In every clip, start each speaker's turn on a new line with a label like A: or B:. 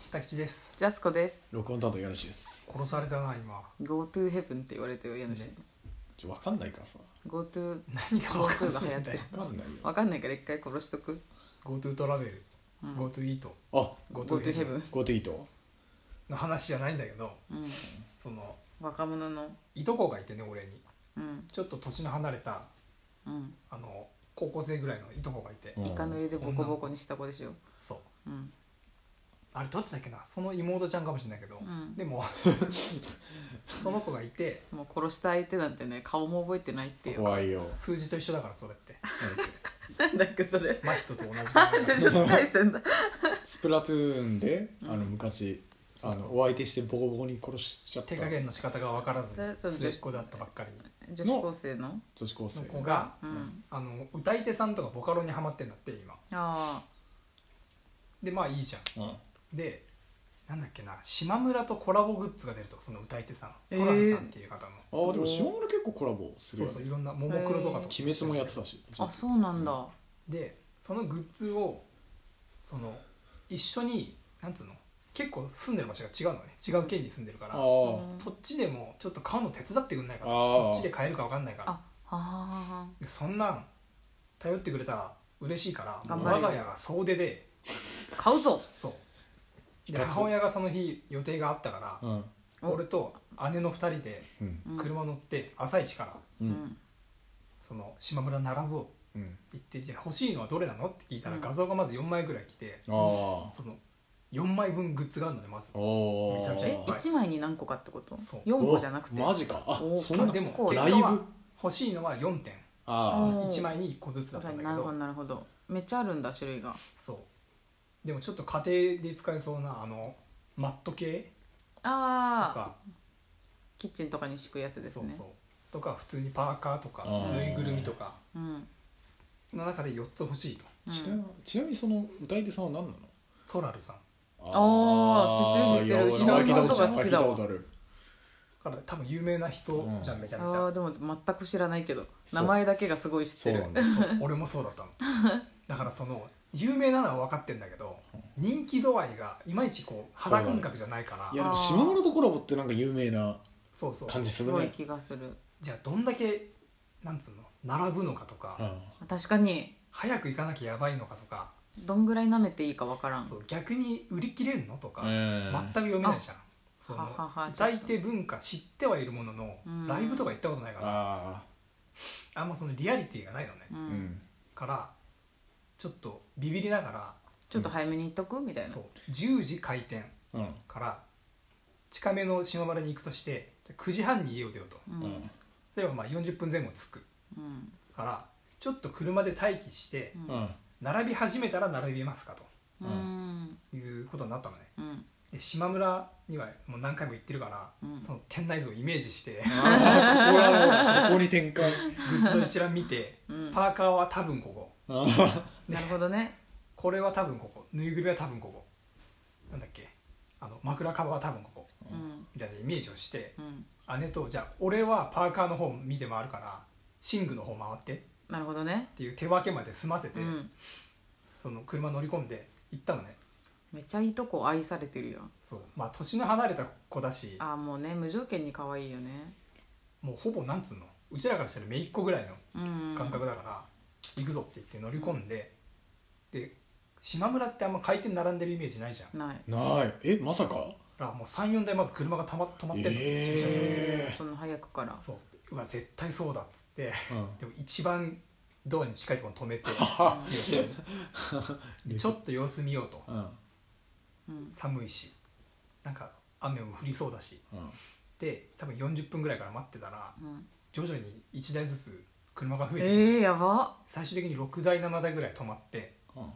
A: 滝地です。
B: ジャスコです。
C: 録音担当家主です。
A: 殺されたな今。
B: Go to heaven って言われてる家主、
A: ね
C: 分かんないからさ。
B: Go to
A: 何が分かん
B: GoTo が流行ってる。
C: 分かんないよ。
B: わかんないから一回殺しとく。
A: GoTo トラベル、
B: うん、
A: GoTo イート、
C: あ、
B: Go
A: GoTo
B: to
A: ヘブ
B: heaven。
C: ゴートイート。
A: の話じゃないんだけど、
B: うん、
A: その
B: 若者の
A: いとこがいてね、俺に
B: うん
A: ちょっと年の離れた
B: うん
A: 高校生ぐらいのいとこがいて、
C: うん
B: イカ塗りでボコボコにした子でしょ。
A: そう
B: うん
A: あれどっちだっけな、その妹ちゃんかもしれないけど、
B: うん
A: でもその子がいて、
B: もう殺した相手なんてね顔も覚えてないっていう。
C: 怖いよ。
A: 数字と一緒だからそれって
B: なんだっけそれ。
A: 真人と同じ
B: あ、呪術廻戦だ。
C: スプラトゥーンで、
B: うん
C: 昔
A: そうそうそう
C: お相手してボコボコに殺しちゃった
A: 手加減の仕方が分からず
B: その
A: 末っ子だったばっかり
B: 女子高生の。
C: 女子高生
A: の子が、
B: うん
A: 歌い手さんとかボカロにハマってんだって今
B: あ
A: で。まあいいじゃん。
C: うん
A: でなんだっけな、島村とコラボグッズが出ると、その歌い手さんソランさんっていう方の、
C: あ、でも島村結構コラボするよね。
A: そうそう、いろんなももクロとかと
C: 鬼滅もやってたし。
B: あそうなんだ。
A: でそのグッズをその一緒になんつうの、結構住んでる場所が違うのね、違う県に住んでるから、
C: あ
A: そっちでもちょっと買うの手伝ってくんないかと、
C: あー
A: こっちで買えるか分かんないから、
B: あ
A: でそんなん頼ってくれたら嬉しいから
B: 頑張れ
A: 我が家が総出で、
B: 買うぞ。
A: そうで母親がその日予定があったから、
C: うん
B: お
A: 俺と姉の2人で
C: うん
A: 車乗って朝一から
C: う
B: うんん
A: その島村並ぶを
C: うん。
A: 行って、じゃあ欲しいのはどれなのって聞いたら、
B: うん
A: 画像がまず4枚ぐらい来て、
C: あ
A: その4枚分グッズがあるのねまず
C: あ。。お
A: めちゃめちゃ
B: え1枚に何個かってこと？
A: そう
B: 4個じゃなくて。
C: マジか。あ、
B: お
C: そんな
A: でも
B: 結構
A: 結果は
C: ライブ。
A: 欲しいのは4点、
C: あ
B: うん
A: 1枚に1個ずつだったんだけ
B: なるほど
A: ど、
B: なるほど。めっちゃあるんだ種類が。
A: そうでもちょっと家庭で使えそうなマット系と
B: ああ
A: か、
B: キッチンとかに敷くやつですね。
A: そうそうとか普通にパーカーとか
C: うん
A: ぬいぐるみとか
B: うん
A: の中で4つ欲しいと。
B: うん
C: ちなみにその歌い手さんは何なの？
A: ソラルさん
B: あー知ってる知ってる。
A: うちの妹が
B: 好きだわ
C: 聞いたことある。
A: から多分有名な人じゃん、めちゃめちゃ
B: ああでも全く知らないけど
C: そう
B: 名前だけがすごい知ってる。
C: そうなんだ。
A: 俺もそうだったのだからその有名なのは分かってんだけど、人気度合いがいまいちこう肌感覚じゃないから、
C: いやでも島村とコラボってなんか有名な
A: そうそう
C: 感じす
B: すごい
C: るね。
B: 気がする。
A: じゃあどんだけなんつうの並ぶのかとか、
B: 確かに
A: 早く行かなきゃやばいのかとか、
B: どんぐらい舐めていいかわからん。
A: そう逆に売り切れんのとか、
C: うん
A: 全く読めないじゃん。その
B: ははは
A: 歌い手文化知ってはいるものの、
B: うん
A: ライブとか行ったことないから、
C: あ
A: あんまそのリアリティがないのね、
B: う
C: あ、うんん。
A: からちょっとビビりながら、
B: ちょっと早めに言っとくみたいな。
A: そう10時開店
C: うん。
A: から近めの島村に行くとして、じゃあ9時半に家を出ようと、
B: うん
C: うん。
A: そればまあ40分前後着く
B: うん
A: からちょっと車で待機して、
C: うん。
A: 並び始めたら並びますか
B: うん
A: ということになったのね。
B: うん
A: で島村にはもう何回も行ってるから、
B: うん
A: その店内図をイメージして
C: ああ、ここはもうそこに展開。
A: グッズの一覧見て、
B: うん
A: パーカーは多分ここ、
C: あ
B: なるほどね。
A: これは多分ここ、ぬいぐるみは多分ここ、なんだっけ枕カバーは多分ここ
B: うん
A: みたいなイメージをして、
B: うん
A: 姉とじゃあ俺はパーカーの方見て回るから寝具の方回ってっ
B: なるほどね。
A: ていう手分けまで済ませて、
B: うん
A: その車乗り込んで行ったのね。
B: めっちゃいいとこ愛されてるよ。
A: そうまあ年の離れた子だし、
B: ああもうね無条件に可愛いよね。
A: もうほぼなんつうの、うちらからしたら姪っ子ぐらいの
B: うん
A: 感覚だから、行くぞって言って乗り込んで、で島村ってあんま回転並んでるイメージないじゃん。だ
B: ない。
C: ない。え、まさか？
A: からもう 3,4 台まず車が止まってんの、駐車場に。
B: そんな早くから。
A: そううわ絶対そうだっつって
C: うん。
A: でも一番ドアに近いところに止めて
C: は
A: 強いでちょっと様子見ようと、
C: うん。
B: うん
A: 寒いしなんか雨も降りそうだし
C: うん。
A: で多分40分ぐらいから待ってたら
B: うん
A: 徐々に1台ずつ車が増えてきて、
B: やば。
A: 最終的に6台7台ぐらい止まって、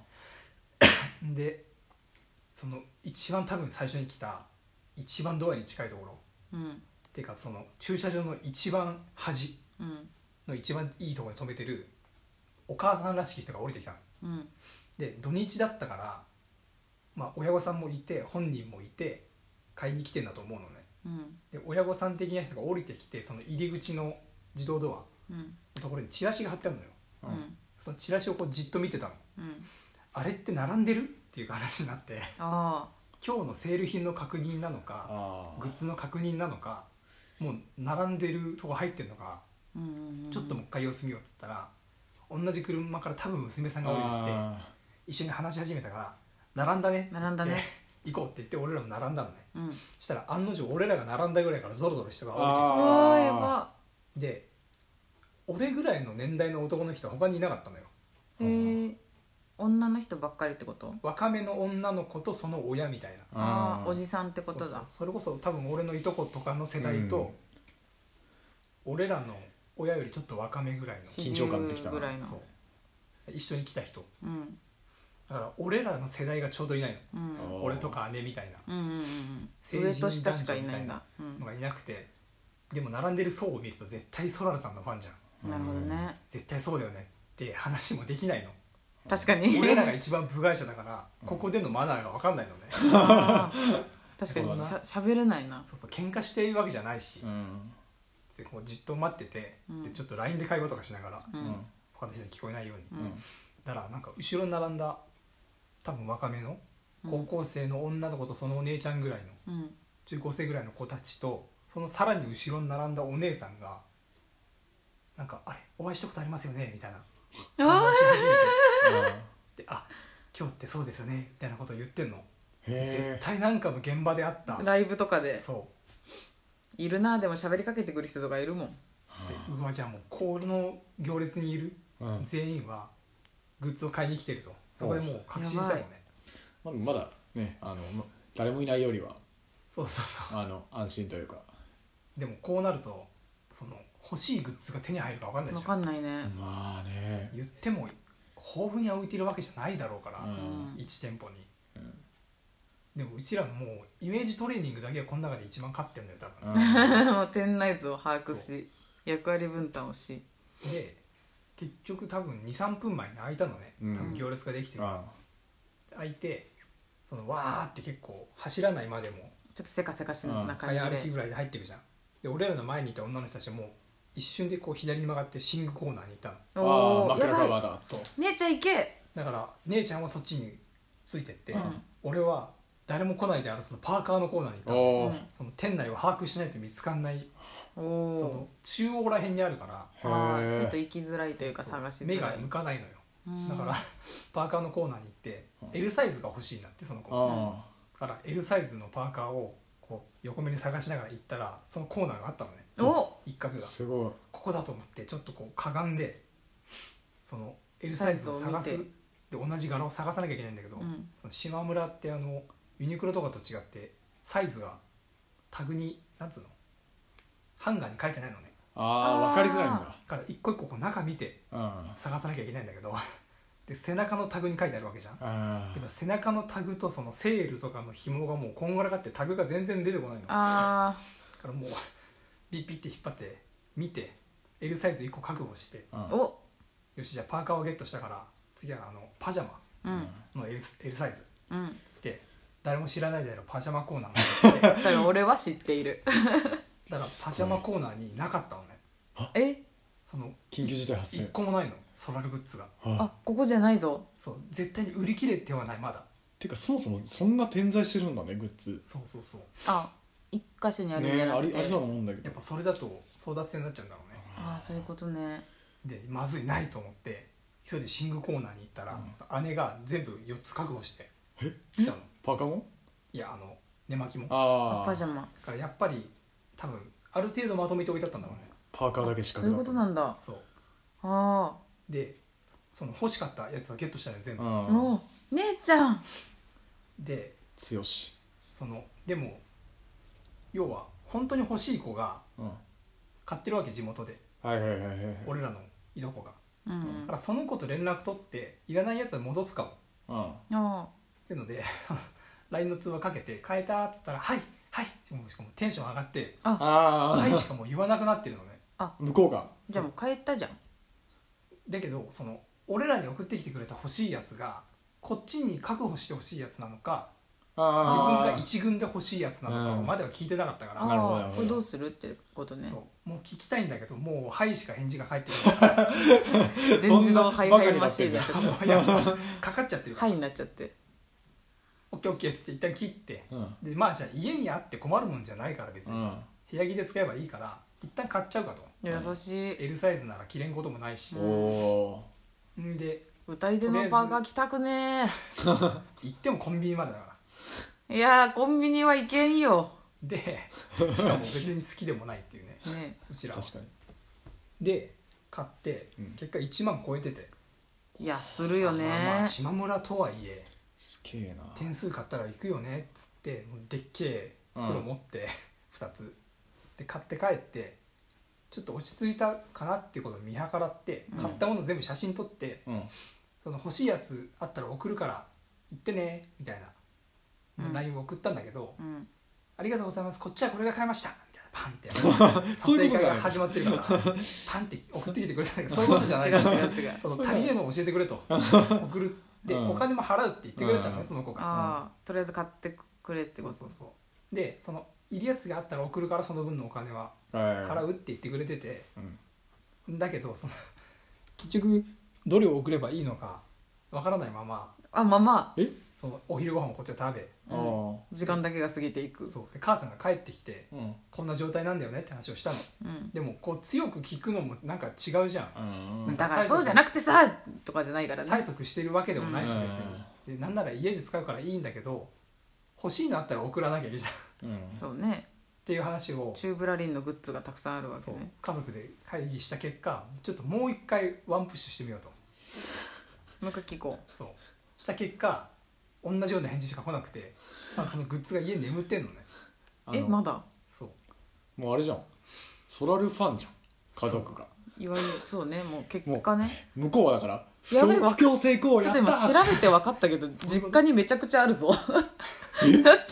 A: でその一番多分最初に来た一番ドアに近いところ
B: うん
A: っていうかその駐車場の一番端
B: うん
A: の一番いいところに止めてるお母さんらしき人が降りてきたの
B: うん
A: で土日だったから、まあ、親御さんもいて本人もいて買いに来てんだと思うのね。
B: うん
A: で親御さん的な人が降りてきてその入り口の自動ドア
B: うん
A: のところにチラシが貼ってあるのよ。
B: うん
A: そのチラシをこうじっと見てたの。
B: うん
A: あれって並んでるっていう話になって
B: あ
A: 今日のセール品の確認なのかグッズの確認なのかもう並んでるとこ入ってんのか、
B: うんうんうん、
A: ちょっともう一回様子見ようっつったら同じ車から多分娘さんが降りてきて一緒に話し始めたから並んだねって行こうって言って俺らも並んだのね、
B: うん、
A: したら案の定俺らが並んだぐらいからゾロゾロ人が降りてきて、
B: うわーやば
A: で俺ぐらいの年代の男の人は他にいなかったのよ。
B: へえ女の人ばっかりってこと？
A: 若めの女の子とその親みたいな。
B: ああおじさんってことだ。
A: そうそうそれこそ多分俺のいとことかの世代と、俺らの親よりちょっと若めぐらいの
C: 緊張感できたな
B: ぐらいの
A: そう一緒に来た人
B: うん
A: だから俺らの世代がちょうどいないの、
B: うん
A: 俺とか姉みたいな、
B: うんうんうん、
A: 成人
B: 上と下しかいないんだ、
A: のがいなくて、でも並んでる層を見ると絶対ソラルさんのファンじゃん、
B: なるほどね。
A: 絶対そうだよねって話もできないの。
B: 確かに
A: 俺らが一番部外者だからここでのマナーが分かんないのね
B: あ確かにしゃべれないな。
A: そうそう喧嘩しているわけじゃないし、
C: うん
A: でこうじっと待ってて、でちょっと LINE で会話とかしながら、他の人に聞こえないように、だからなんか後ろに並んだ多分若めの高校生の女の子とそのお姉ちゃんぐらいの、中高生ぐらいの子たちとそのさらに後ろに並んだお姉さんがなんかあれお会いしたことありますよねみたいな会話し始めてであ今日ってそうですよねみたいなことを言ってんの。絶対なんかの現場であった
B: ライブとかで
A: そう
B: いるな。でも喋りかけてくる人とかいるもん。
A: でうわじゃあもうこの行列にいる全員はグッズを買いに来てると、そこでもう確信したもんね。
C: まだね誰もいないよりは
A: そうそうそう
C: 安心というか。
A: でもこうなるとその欲しいグッズが手に入るか分かんないじゃん。
B: 分かんないね。
C: まあね
A: 言っても豊富に置いてるわけじゃないだろうから、
B: ん
A: 1店舗に、でもうちらのもうイメージトレーニングだけはこの中で一番勝ってんだよ多分、
B: もう店内図を把握し役割分担をし
A: で結局多分 2,3 分前に開いたのね、多分行列ができてる、開いてそのわーって結構走らないまでも
B: ちょっとせかせかしな感じ
A: 早
B: で
A: 歩きぐらいで入ってくじゃん。で俺らの前にいた女の人たちはもう一瞬でこう左に曲がって寝具コーナーに行ったの。
B: おーやばい
C: だ
A: そう
B: 姉ちゃん行け。
A: だから姉ちゃんはそっちについてって、
B: うん
A: 俺は誰も来ないであるそのパーカーのコーナーに行ったの。その店内を把握しないと見つかんない
B: お
A: その中央ら辺にあるから
B: ちょっと行きづらいというか
A: そうそう
B: 探しづらい。
A: 目が向かないのよ。
B: うん
A: だからパーカーのコーナーに行って L サイズが欲しいなってその子だから L サイズのパーカーをこう横目に探しながら行ったらそのコーナーがあったのね。
B: お
A: 一角が
C: すごい。
A: ここだと思ってちょっとこうかがんでその L サイズを探す
B: サイズを
A: で同じ柄を探さなきゃいけないんだけど、その島村ってユニクロとかと違ってサイズがタグになんつうのハンガーに書いてないのね。
C: 分かりづらいんだ。
A: だから一個一個こう中見て探さなきゃいけないんだけどで背中のタグに書いてあるわけじゃん。けど背中のタグとそのセールとかの紐がもうこんがらがってタグが全然出てこないの。だからもうピッピッて引っ張って見て L サイズ1個確保して、
B: お
A: よしじゃあパーカーをゲットしたから次はパジャマの L サイズつって誰も知らないであろうパジャマコーナーがあって
B: だから俺は知っている
A: だからパジャマコーナーになかったのね。
B: え
A: その
C: 緊急事態発生。
A: 1個もないのソラルグッズが。
B: あここじゃないぞ。
A: そう絶対に売り切れてはないまだ。
C: てかそもそもそんな点在してるんだねグッズ。
A: そうそうそう
B: 一箇所にあるんじゃなくて、
C: ありそうなもんだけど。
A: やっぱそれだと争奪戦になっちゃうんだろうね。
B: そういうことね。
A: でまずいないと思って急いで寝具コーナーに行ったら、その姉が全部4つ確保して来たの。
C: パーカーも？
A: いや寝巻きも。
B: パジャマ
A: だからやっぱり多分ある程度まとめて置いてあったんだろうね。
C: パーカーだけしか。
B: そういうことなんだ。
A: そうでその欲しかったやつはゲットしたのよ全部。
B: もう姉ちゃん
A: で
C: 強し
A: でも要は本当に欲しい子が買ってるわけ地元で、俺らのいとこが、だからその子と連絡取っていらないやつは戻すかもっていうのでLINE の通話かけて変えたっつったらはいはいしかもテンション上がってはいしかもう言わなくなってるのね。
C: 向こうが
B: じゃあもう帰ったじゃん。
A: だけど俺らに送ってきてくれた欲しいやつがこっちに確保して欲しいやつなのか自分が一軍で欲しいやつなのかまでは聞いてなかったから、
B: これどうするってことね。
A: そうもう聞きたいんだけどもう「はい」しか返事が返ってこない
B: 全自動ハイハイマシーンになっちゃっ
A: かかっちゃってる
B: た。はいになっちゃって
A: オッケーオッケーって一旦切って、
C: うん
A: でまあじゃあ家にあって困るもんじゃないから別に、
C: うん
A: 部屋着で使えばいいから一旦買っちゃうかと。
B: 優しい。
A: L サイズなら着れんこともないし、
C: おお
A: んで
B: 歌い手のバカ着たくね
A: 行ってもコンビニまでだから
B: え。いやーコンビニは行けんよ
A: でしかも別に好きでもないっていうね
B: ね。
A: うちらは
C: 確かに
A: で買って、
C: うん
A: 結果1万超えてて、
B: いやするよね、
A: まあ島村とはいえ
C: すげえな
A: 点数買ったら行くよねっつってもうでっけえ袋持って、2つで買って帰ってちょっと落ち着いたかなっていうことを見計らって、
B: うん
A: 買ったもの全部写真撮って
C: うん
A: その欲しいやつあったら送るから行ってねみたいな、
B: うん
A: LINE を送ったんだけど、
B: うん
A: ありがとうございますこっちはこれが買いましたみたいなパンって撮影会が始まってるからパンって送ってきてくれたんだけどそういうことじゃない
B: 違う違う違う
A: その足りねえのを教えてくれと送るで、
C: うん
A: お金も払うって言ってくれたの
C: うん
A: ねその子が。
B: ああとりあえず買ってくれってこと。
A: そうそうそうでそのいるやつがあったら送るからその分のお金は
C: 払
A: 払うって言ってくれてて、
C: うん
A: だけどその結局どれを送ればいいのかわからないまま
B: あまあま
A: そのお昼ご飯をこっちは食べ
C: ああ
B: あ時間だけが過ぎていく。
A: そうで母さんが帰ってきて
C: うん
A: こんな状態なんだよねって話をしたの。
B: うん
A: でもこう強く聞くのもなんか違うじゃん、
C: うん
A: なんか
B: だからそうじゃなくてさとかじゃないからね。
A: 催促してるわけでもないし
C: うん
A: 別にでなんなら家で使うからいいんだけど欲しいのあったら送らなきゃいけないじゃんっ
C: うん
B: そうね。
A: ていう話を
B: チューブラリンのグッズがたくさんあるわけ
A: そう
B: ね。
A: 家族で会議した結果ちょっともう一回ワンプッシュしてみようと
B: もう一回聞こ
A: そうした結果同じような返事しか来なくてそのグッズが家に眠ってんのね。
B: う。えまだ
A: そう
C: もうあれじゃんソラルファンじゃん家族が
B: いわゆるそうねもう結果ね。
C: 向こうはだから
B: やべえ
C: 不況成功やった
B: ちょっと今調べて分かったけど
A: そういうこと
B: 実家にめちゃくちゃあるぞ。